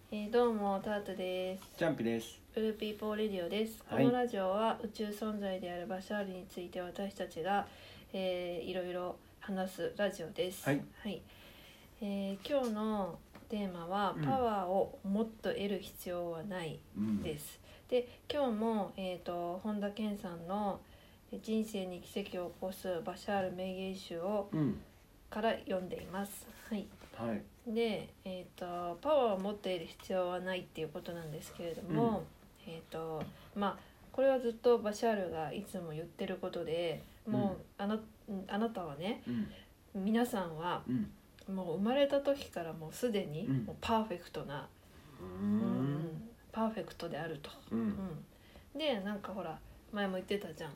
どうもタートです。 ジャンピです。 ブルーピーポーレディオです。 はい、 このラジオは宇宙存在であるバシャールについて私たちが、いろいろ話すラジオです。 はい、 今日のテーマは、パワーをもっと得る必要はないです。で、今日も、本田健さんの人生に奇跡を起こすバシャール名言集を、から読んでいます。で、パワーを持っている必要はないっていうことなんですけれども、これはずっとバシャールがいつも言ってることで、もうあなたはね、皆さんはもう生まれた時からもうすでにもうパーフェクトな、パーフェクトであると、でなんかほら前も言ってたじゃん、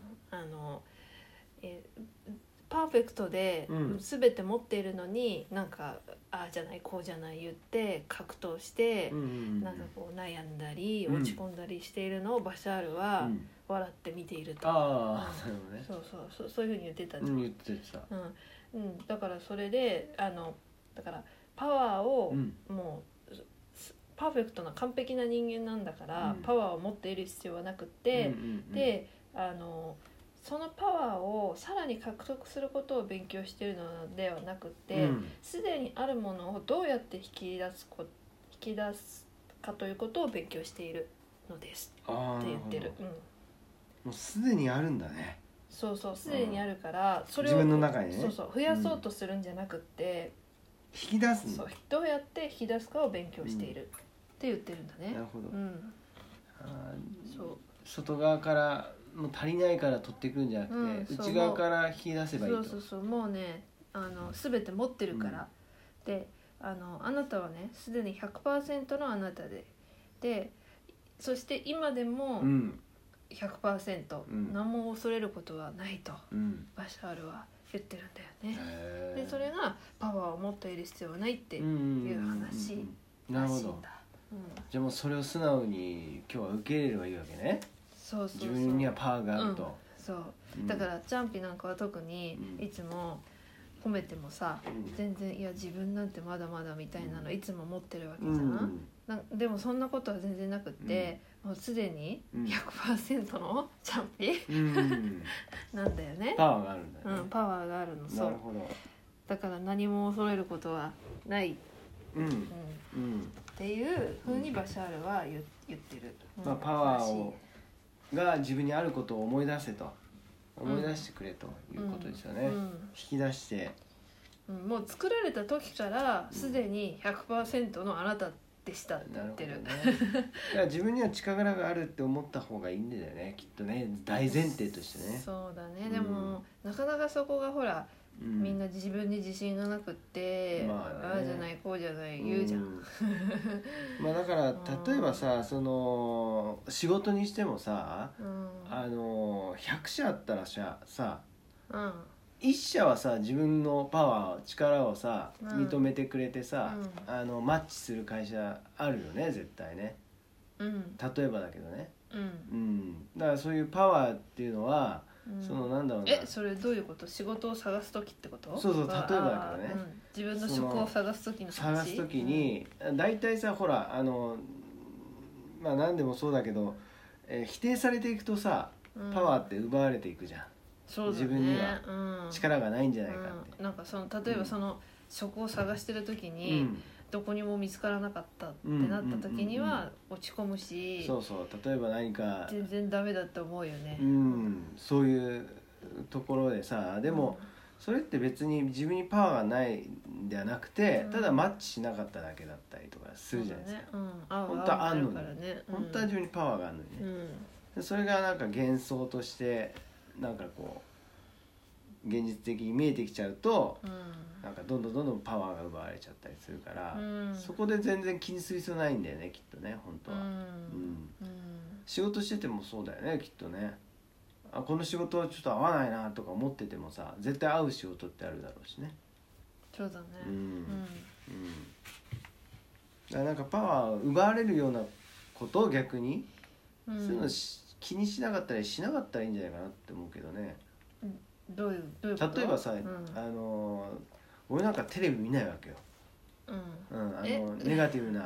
パーフェクトで全て持っているのに、なんかああじゃないこうじゃない言って格闘して、なんかこう悩んだり落ち込んだりしているのをバシャールは笑って見ていると。そういうふうに言ってたじゃん。 言ってた。 だからそれでだからパワーをもうパーフェクトな完璧な人間なんだから、パワーを持っている必要はなくって、でそのパワーをさらに獲得することを勉強しているのではなくて、すでにあるものをどうやって引き出すかということを勉強しているのですって言ってる。 もうすでにあるんだね。 そうすでにあるから、それを自分の中にね、 増やそうとするんじゃなくって、 引き出すんだ。 どうやって引き出すかを勉強しているって言ってるんだね。 なるほど。外側からもう足りないから取ってくるんじゃなくて、内側から引き出せばいいと。 もうね全て持ってるから、であなたはねすでに 100% のあなたでそして今でも 100%、何も恐れることはないと、バシャールは言ってるんだよね。でそれがパワーを持っている必要はないっていう話らしいんだ。 なるほど。じゃあもうそれを素直に今日は受け入れればいいわけね。自分にはパワーがあると。 だからチャンピなんかは特にいつも褒めてもさ、全然いや自分なんてまだまだみたいなのいつも持ってるわけじゃん。でもそんなことは全然なくって、もうすでに 100% のチャンピなんだよね。 パワーがあるんだよね。 パワーがあるの。 なるほど。 だから何も恐れることはない、っていうふうにバシャールは言ってる。 パワーが自分にあることを思い出せと、思い出してくれということですよね。引き出して、 もう作られた時からすでに 100% のあなたでしたって言ってる。 いや自分には力があるって思った方がいいんだよね、きっとね、大前提としてね。そうだね。 でもなかなかそこがほら、みんな自分に自信がなくって、ああじゃないこうじゃない言うじゃん。 だから例えばさ、その仕事にしてもさ、100社あったらさ、1社はさ自分のパワー力をさ認めてくれてさ、マッチする会社あるよね、絶対ね。例えばだけどね。だからそういうパワーっていうのは、そのなんだろうな。 それどういうこと？仕事を探す時ってこと？ そう例えばだけどね、 自分の職を探す時の話。 探す時に大体さ、ほら何でもそうだけど、否定されていくとさ、パワーって奪われていくじゃん。自分には力がないんじゃないかって、 なんか例えばその職を探してる時に、どこにも見つからなかったってなった時には落ち込むし、 例えば何か全然ダメだって思うよね。 そういうところでさ、でもそれって別に自分にパワーがないんではなくて、ただマッチしなかっただけだったりとかするじゃないですか。本当はあんのに、本当は自分にパワーがあるのにね。それがなんか幻想としてなんかこう現実的に見えてきちゃうと、なんかどんどんパワーが奪われちゃったりするから、そこで全然気にする必要ないんだよね、きっとね、本当は。仕事しててもそうだよね、きっとね。この仕事はちょっと合わないなとか思っててもさ、絶対合う仕事ってあるだろうしね。 そうだね。 だからなんかパワーを奪われるようなことを逆に、そういうの気にしなかったりしなかったらいいんじゃないかなって思うけどね。 どういうこと？ 例えばさ、俺なんかテレビ見ないわけよ。ネガティブな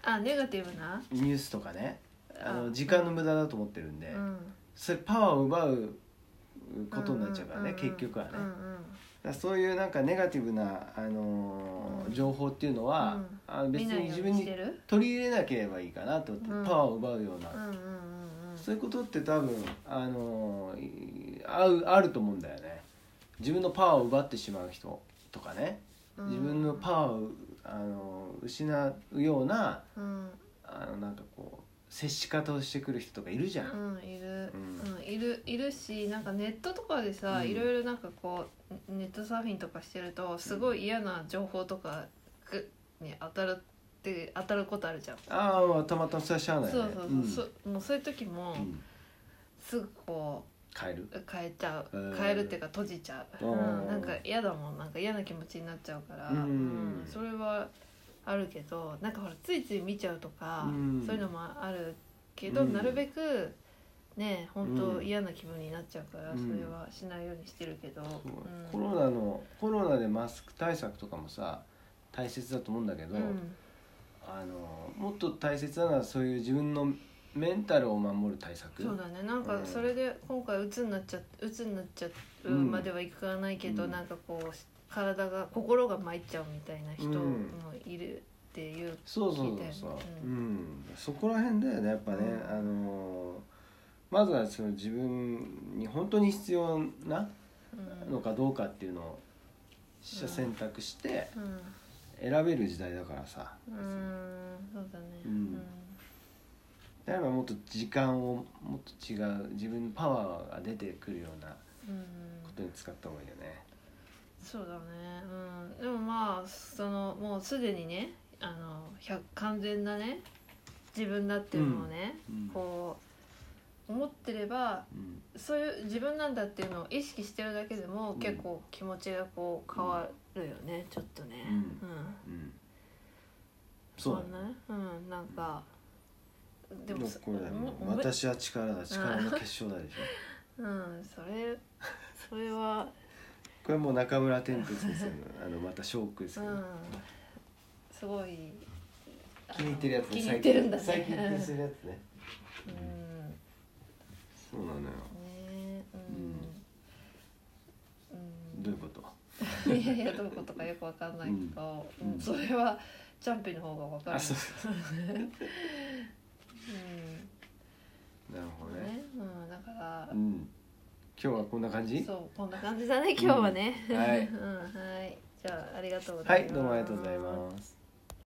ネガティブなニュースとかね、時間の無駄だと思ってるんで、それパワーを奪うことになっちゃうからね、結局はね、だからそういうなんかネガティブな、情報っていうのは、別に自分に取り入れなければいいかなと思って、パワーを奪うような、そういうことって多分あると思うんだよね。自分のパワーを奪ってしまう人とかね、自分のパワーを失うような、なんかこう接し方をしてくる人とかいるじゃん。 いるし、なんかネットとかでさ、いろいろなんかこうネットサーフィンとかしてるとすごい嫌な情報とかに当たることあるじゃん。 たまたまそれはしゃあないね。 もうそういう時も、すぐこう変えちゃう、変えるっていうか閉じちゃう、なんか嫌だもん、なんか嫌な気持ちになっちゃうから、それはあるけど、なんかほらついつい見ちゃうとか、そういうのもあるけど、なるべくね本当嫌な気分になっちゃうから、それはしないようにしてるけど、 コロナでマスク対策とかもさ大切だと思うんだけど、もっと大切なのはそういう自分のメンタルを守る対策。 そうだね、なんかそれで今回鬱になっちゃうまではいかないけど、なんかこう心が参っちゃうみたいな人もいるっていう、 そうそこら辺だよね、やっぱね、まずはその自分に本当に必要なのかどうかっていうのを選択して選べる時代だからさ。 そうだね。 だからもっと時間をもっと違う自分のパワーが出てくるようなことに使った方がいいよね。 そうだね。でもまあもうすでにね、完全なね自分だっていうのをね、こう思ってれば、そういう自分なんだっていうのを意識してるだけでも、結構気持ちがこう変わるよね、ちょっとね。 そうだね。 なんかでもこれ私は力だ、力の結晶だでしょ。 それはこれもう中村天風先生のまたショックですけど、 すごい気に入ってるやつね。 気に入ってるんだね。 最近気にするやつね。そうなのよ。どういうこと？ いやどういうことかよくわかんないけど、それはチャンピの方がわかる。 なるほどね。 だから今日はこんな感じ？ そう、こんな感じだね今日はね。はい。じゃあありがとうございます。 はい、どうもありがとうございます。